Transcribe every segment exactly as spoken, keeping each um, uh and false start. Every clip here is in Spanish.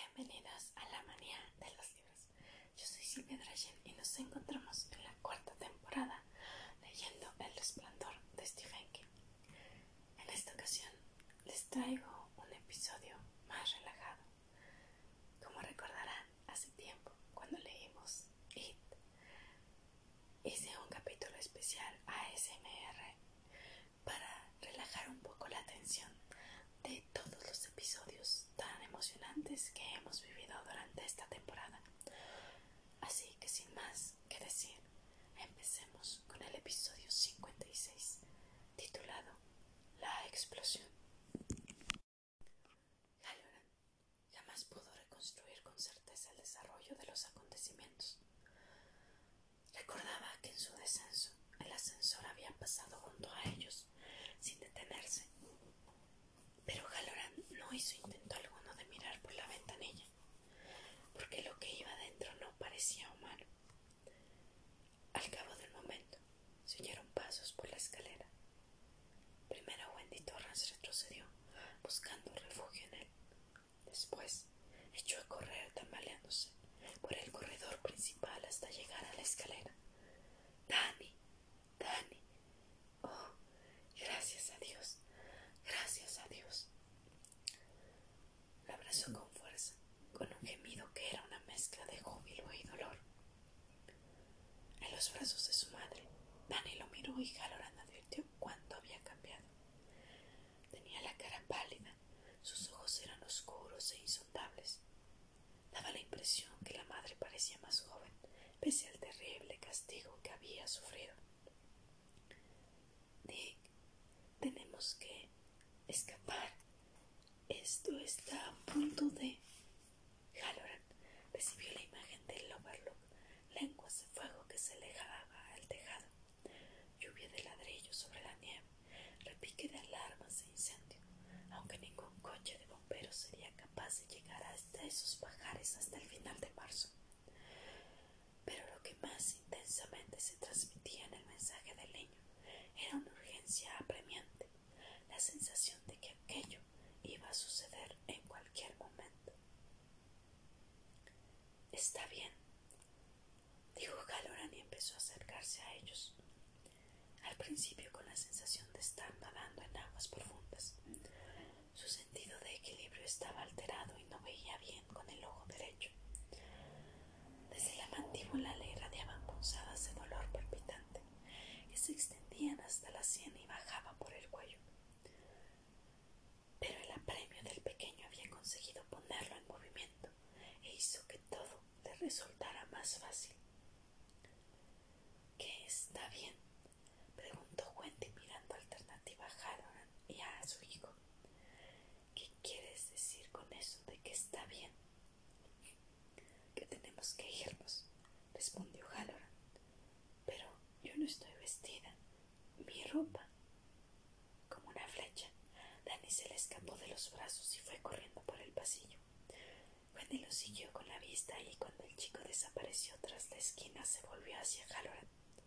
Bienvenidos a la manía de los libros. Yo soy Silvia Drayen y nos encontramos en la cuarta temporada leyendo El Resplandor de Stephen King. En esta ocasión les traigo un episodio más relajado. Como recordarán, hace tiempo cuando leímos It, hice un capítulo especial A S M R para relajar un poco la tensión de todos los episodios tan emocionantes que hemos vivido durante esta temporada. Así que sin más que decir, empecemos con el episodio cincuenta y seis, titulado La explosión. Halloran jamás pudo reconstruir con certeza el desarrollo de los acontecimientos. Recordaba que en su descenso el ascensor había pasado junto a ellos sin detenerse, pero Halloran no hizo intento alguno de mirar por la ventanilla, porque lo que iba dentro no parecía humano. Al cabo del momento, se oyeron pasos por la escalera. Primero Wendy Torrance retrocedió, buscando refugio en él. Después, echó a correr tambaleándose por el corredor principal hasta llegar a la escalera. ¡Danny! ¡Danny! ¡Oh! ¡Gracias a Dios! ¡Gracias a Dios! Lo abrazó con fuerza, con un gemido que era una mezcla de júbilo y dolor. En los brazos de su madre, Danny lo miró y Halloran advirtió cuánto había cambiado. Tenía la cara pálida, sus ojos eran oscuros e insondables. Daba la impresión que la madre parecía más joven, pese al terrible castigo que había sufrido. Dick, tenemos que escapar. Esto está a punto de... Halloran recibió la imagen del Overlook, lenguas de fuego que se alejaba al tejado, lluvia de ladrillos sobre la nieve, repique de alarmas e incendio, aunque ningún coche de bomberos sería capaz de llegar hasta esos pajares hasta el final de marzo. Pero lo que más intensamente se transmitía en el mensaje del niño era una urgencia apremiante, la sensación de que aquello iba a suceder en cualquier momento. Está bien, dijo Halloran y empezó a acercarse a ellos, al principio con la sensación de estar nadando en aguas profundas. Su sentido de equilibrio estaba alterado y no veía bien con el ojo derecho. Desde la mandíbula le irradiaban punzadas de dolor palpitante que se extendían hasta la sien y bajaban por el cuello. Pero el apremio del pequeño había conseguido ponerlo en movimiento e hizo que todo le resultara más fácil. ¿Qué está bien?, preguntó Wendy mirando alternativa a Halloran y a su hijo. ¿Qué quieres decir con eso de que está bien? Que tenemos que irnos, respondió Halloran. Pero yo no estoy vestida. Mi ropa. Como una flecha, Danny se le escapó de los brazos y fue corriendo por el pasillo. Wendy lo siguió con la vista y cuando el chico desapareció tras la esquina se volvió hacia Halloran.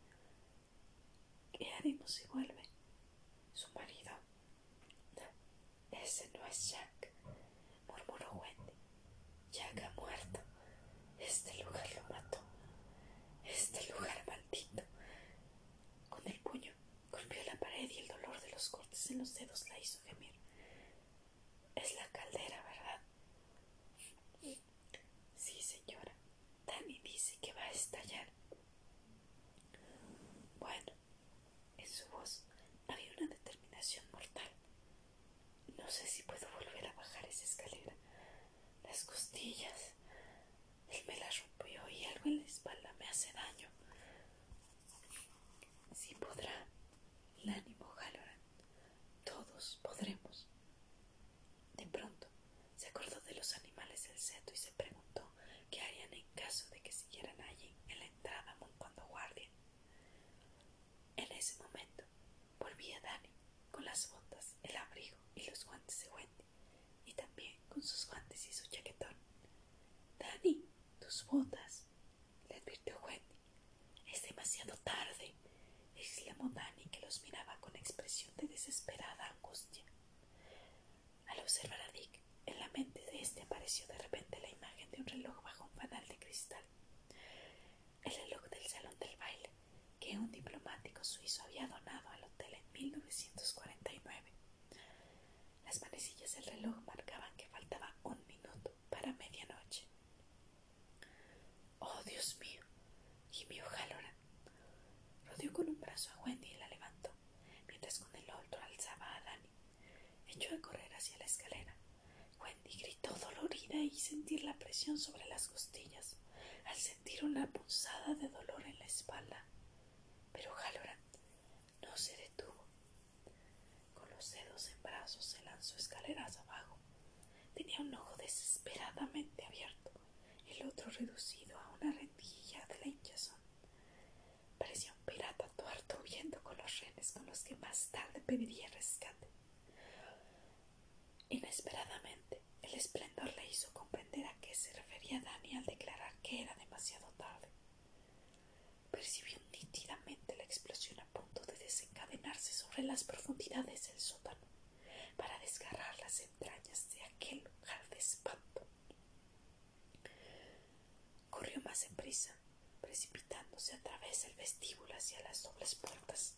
¿Qué haremos si vuelve? Su marido. No, ese no es Jack, murmuró Wendy. Jack ha muerto. Este lugar lo mató. Este lugar maldito. Con el puño golpeó la pared y el dolor de los cortes en los dedos la hizo gemir. Es la caldera, ¿verdad? Sí, señora. Danny dice que va a estallar. Bueno, en su voz había una determinación mortal. No sé si puedo volver a bajar esa escalera. Las costillas. Él me las rompió y algo en la espalda me hace daño. Sí podrá. La animó Halloran. Todos podremos. De pronto se acordó de los animales del seto y se preguntó qué harían en caso de que siguieran allí en la entrada montando guardia. En ese momento volvía Danny con las botas, el abrigo y los guantes de Wendy, y también con sus guantes y su chaquetón. Danny, tus botas, le advirtió Wendy. Es demasiado tarde, exclamó Danny, que los miraba con expresión de desesperada angustia. Al observar a Dick, en la mente de este apareció de repente la imagen que un diplomático suizo había donado al hotel en mil novecientos cuarenta y nueve. Las manecillas del reloj marcaban que faltaba un minuto para medianoche. «Oh, Dios mío», gimió Halloran. Rodeó con un brazo a Wendy y la levantó, mientras con el otro alzaba a Dani. Echó a correr hacia la escalera. Wendy gritó dolorida y sentir la presión sobre las costillas, al sentir una punzada de dolor en la espalda. Pero Halloran no se detuvo. Con los dedos en brazos se lanzó escaleras abajo. Tenía un ojo desesperadamente abierto, el otro reducido a una rendija de la hinchazón. Parecía un pirata tuerto huyendo con los rehenes con los que más tarde pediría rescate. Inesperadamente, el esplendor le hizo comprender a qué se refería Dani al declarar que era demasiado tarde. Percibió nítidamente la explosión a punto de desencadenarse sobre las profundidades del sótano para desgarrar las entrañas de aquel lugar de espanto. Corrió más deprisa, precipitándose a través del vestíbulo hacia las dobles puertas.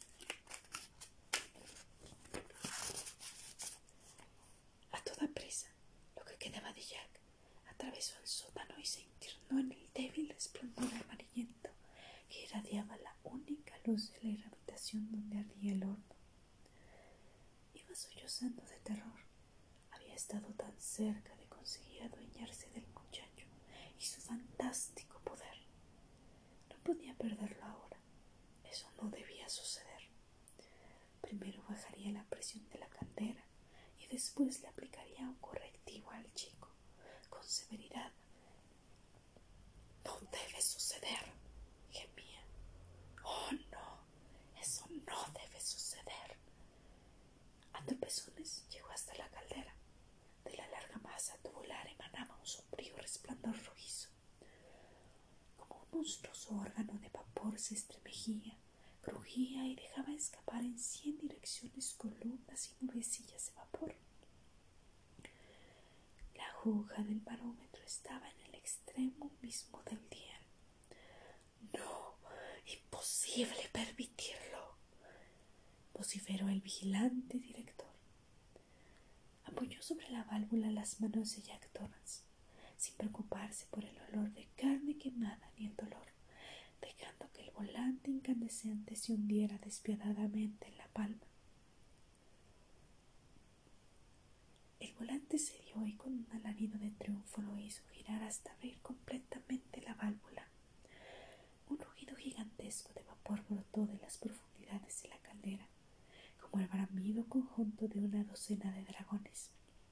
A toda prisa, lo que quedaba de Jack atravesó el sótano y se internó en el débil resplandor amarillento que irradiaba la única luz de la habitación donde ardía el horno. Iba sollozando de terror. Había estado tan cerca de conseguir adueñarse del muchacho y su fantástico poder. No podía perderlo ahora. Eso no debía suceder. Primero bajaría la presión de la caldera y después le aplicaría un correctivo al chico, con severidad. «No debe suceder», gemía. «Oh, no, eso no debe suceder». A tropezones llegó hasta la caldera. De la larga masa tubular emanaba un sombrío resplandor rojizo. Como un monstruoso órgano de vapor se estremecía, crujía y dejaba escapar en cien direcciones columnas y nubecillas de vapor. La aguja del barómetro estaba en el extremo mismo del dial. «No, imposible permitirlo», vociferó el vigilante director. Apoyó sobre la válvula las manos de Jack Torrance, sin preocuparse por el olor de carne quemada ni el dolor, dejando que el volante incandescente se hundiera despiadadamente en la palma. El volante se dio y con un alarido de triunfo lo hizo girar hasta abrir completamente la válvula. Un rugido gigantesco de vapor brotó de las profundidades de la caldera, como el bramido conjunto de una docena de dragones.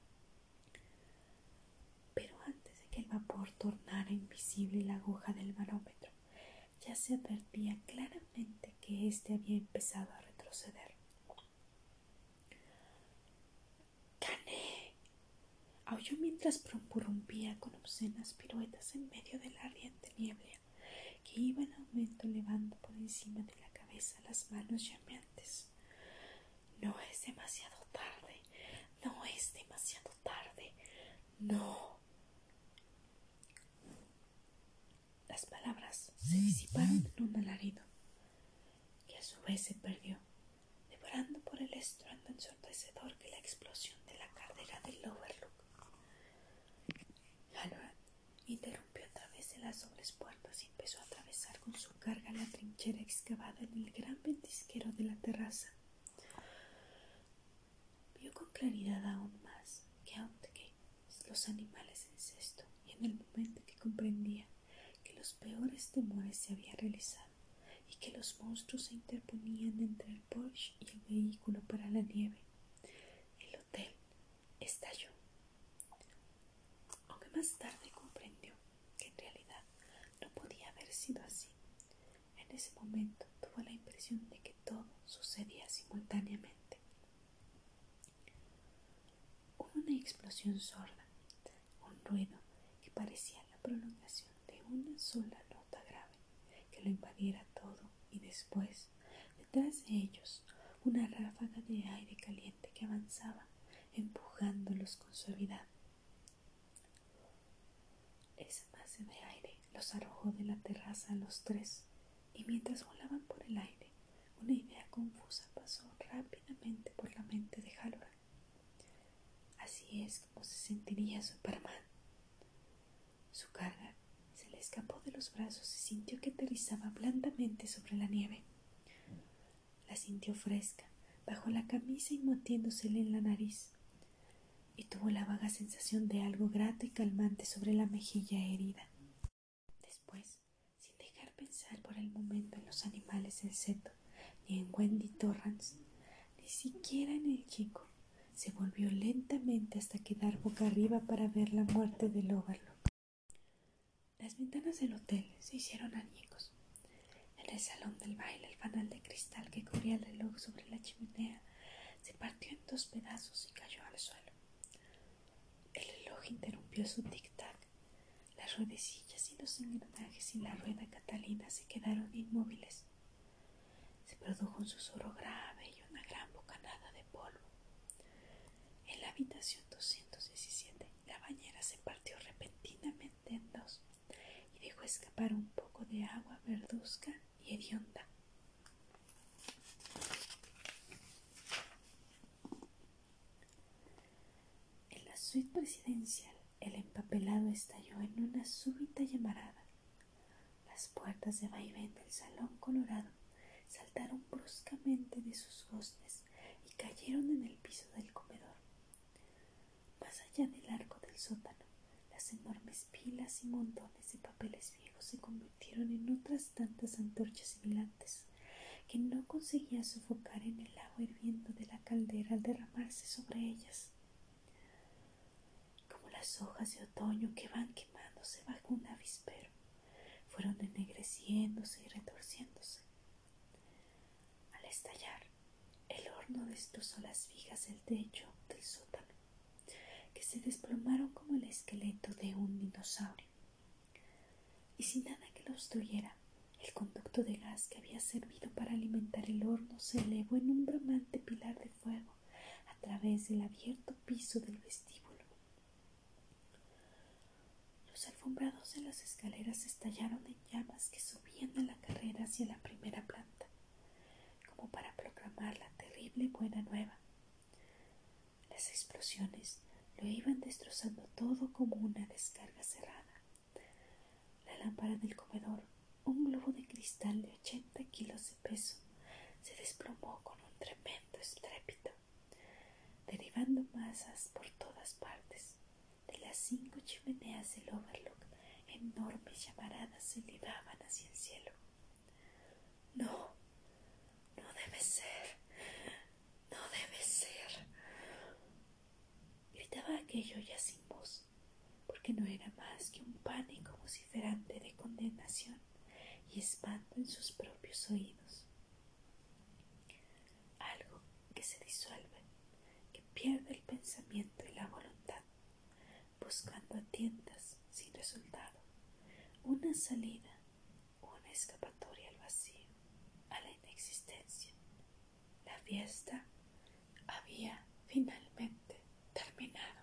Pero antes de que el vapor tornara invisible la aguja del barómetro, ya se advertía claramente que éste había empezado a retroceder. «¡Gané!», aulló mientras prorrumpía con obscenas piruetas en medio de la ardiente niebla que iba en aumento, elevando por encima de la cabeza las manos llameantes. «No es demasiado tarde, no es demasiado tarde, no». Las palabras se disiparon en un alarido, que a su vez se perdió, devorando por el estruendo ensordecedor que la explosión de la caldera del Overlook. Halloran interrumpió a través de las dobles puertas y empezó a atravesar con su carga la trinchera excavada en el gran ventisquero de la terraza. Vio con claridad aún más que aunque los animales en cesto, y en el momento que comprendía que los peores temores se habían realizado y que los monstruos se interponían entre el Porsche y el vehículo para la nieve, el hotel estalló. Aunque más tarde comprendió que en realidad no podía haber sido así, en ese momento tuvo la impresión de que todo sucedía simultáneamente. Hubo una explosión sorda, un ruido que parecía la prolongación de una sola nota grave que lo invadiera todo, y después, detrás de ellos, una ráfaga de aire caliente que avanzaba, empujándolos con suavidad. Esa masa de aire los arrojó de la terraza a los tres y mientras volaban por el aire, una idea confusa pasó rápidamente por la mente de Halloran. Así es como se sentiría Superman. Su carga se le escapó de los brazos y sintió que aterrizaba blandamente sobre la nieve. La sintió fresca, bajo la camisa y motiéndosele en la nariz, y tuvo la vaga sensación de algo grato y calmante sobre la mejilla herida. Después, sin dejar pensar por el momento en los animales del seto, ni en Wendy Torrance, ni siquiera en el chico, se volvió lentamente hasta quedar boca arriba para ver la muerte del Overlook. Las ventanas del hotel se hicieron añicos. En el salón del baile, el fanal de cristal que cubría el reloj sobre la chimenea se partió en dos pedazos y cayó al suelo. El reloj interrumpió su tic-tac. Las ruedecillas y los engranajes y la rueda Catalina se quedaron inmóviles. Se produjo un susurro grave y una gran bocanada de polvo. En la habitación doscientos diecisiete, la bañera se partió repentinamente en dos y dejó escapar un poco de agua verduzca y hedionda. En la suite presidencial, el empapelado estalló en una súbita llamarada. Las puertas de vaivén del salón colorado saltaron bruscamente de sus goznes y cayeron en el piso del comedor. Más allá del arco del sótano, las enormes pilas y montones de papeles viejos se convirtieron en otras tantas antorchas sibilantes que no conseguía sofocar en el agua hirviendo de la caldera al derramarse sobre ellas, como las hojas de otoño que van quemándose bajo un avispero. Fueron ennegreciéndose y retorciéndose. Al estallar, el horno destrozó las vigas del techo del sótano, que se desplomaron como el esqueleto de un dinosaurio. Y sin nada que lo obstruyera, el conducto de gas que había servido para alimentar el horno se elevó en un bramante pilar de fuego a través del abierto piso del vestíbulo. Los alfombrados de las escaleras estallaron en llamas que subían a la carrera hacia la primera planta, como para proclamar la terrible buena nueva. Las explosiones lo iban destrozando todo como una descarga cerrada. La lámpara del comedor, un globo de cristal de ochenta kilos de peso, se desplomó con un tremendo estrépito, derivando masas por todas partes. De las cinco chimeneas del Overlook, enormes llamaradas se elevaban hacia el cielo. No, no debe ser, no debe ser. Gritaba aquello ya sin voz, porque no era más que un pánico vociferante de condenación y espanto en sus propios oídos. Algo que se disuelve, que pierde el pensamiento y la voluntad, buscando a tientas sin resultado una salida, una escapatoria al vacío, a la inexistencia. La fiesta había finalmente terminado.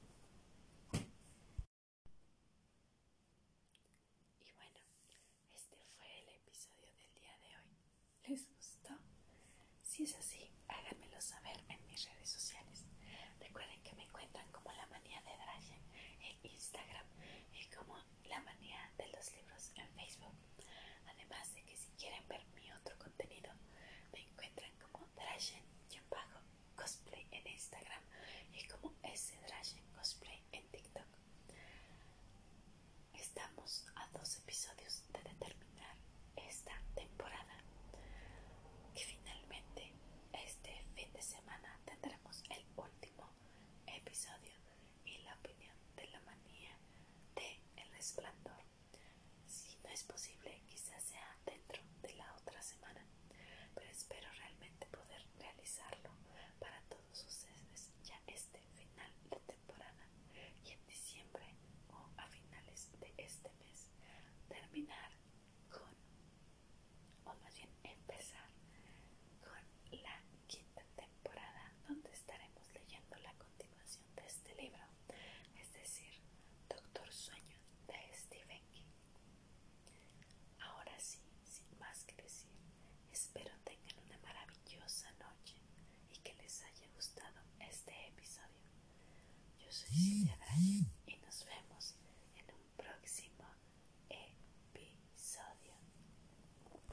Y bueno, este fue el episodio del día de hoy. ¿Les gustó? Si es así, háganmelo saber en mis redes sociales. Recuerden que me encuentran como La Manía de Drachen en Instagram y como La Manía de los Libros en Facebook. Además de que si quieren ver mi otro contenido, me encuentran como Drachen-cosplay en Instagram y como S Drachen Cosplay en TikTok. Estamos a dos episodios de terminar esta temporada, que finalmente este fin de semana tendremos el último episodio y la opinión de La Manía de El Resplandor. Si no es posible, quizás sea dentro de la otra semana, pero espero realmente poder realizarlo para todos ustedes ya este final de temporada y en diciembre o a finales de este mes terminar con, o más bien empezar con la quinta temporada, donde estaremos leyendo la continuación de este libro, es decir, Doctor Sueño de Stephen King. soy Silvia Drayen.